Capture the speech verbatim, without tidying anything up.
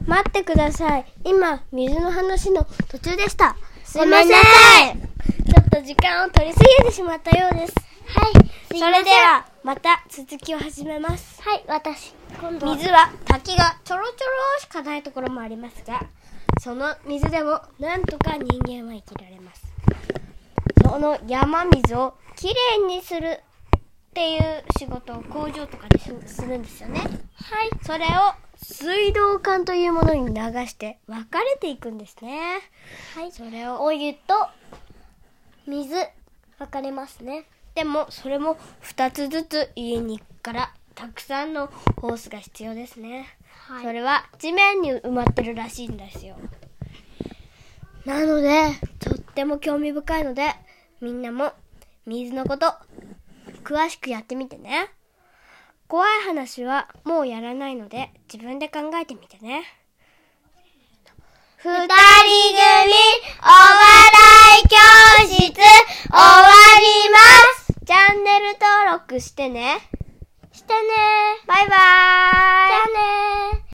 待ってください。今、水の話の途中でした。すいません。 ごめんなさい。 ちょっと時間を取りすぎてしまったようです。 はい。すいません。 それでは、また続きを始めます。 はい、私。今度は水は滝がちょろちょろしかないところもありますが、その水でもなんとか人間は生きられます。その山水をきれいにするっていう仕事を工場とかでするんですよね。はい。それを水道管というものに流して分かれていくんですね。 はい。 それをお湯と水分かれますね。 でもそれもふたつずつ家に行くからたくさんのホースが必要ですね。はい。それは地面に埋まってるらしいんですよ。なのでとっても興味深いので、みんなも水のこと詳しくやってみてね。怖い話はもうやらないので自分で考えてみてね。 二人組お笑い教室終わります。 チャンネル登録してね。 してね。 バイバーイ。 じゃあね。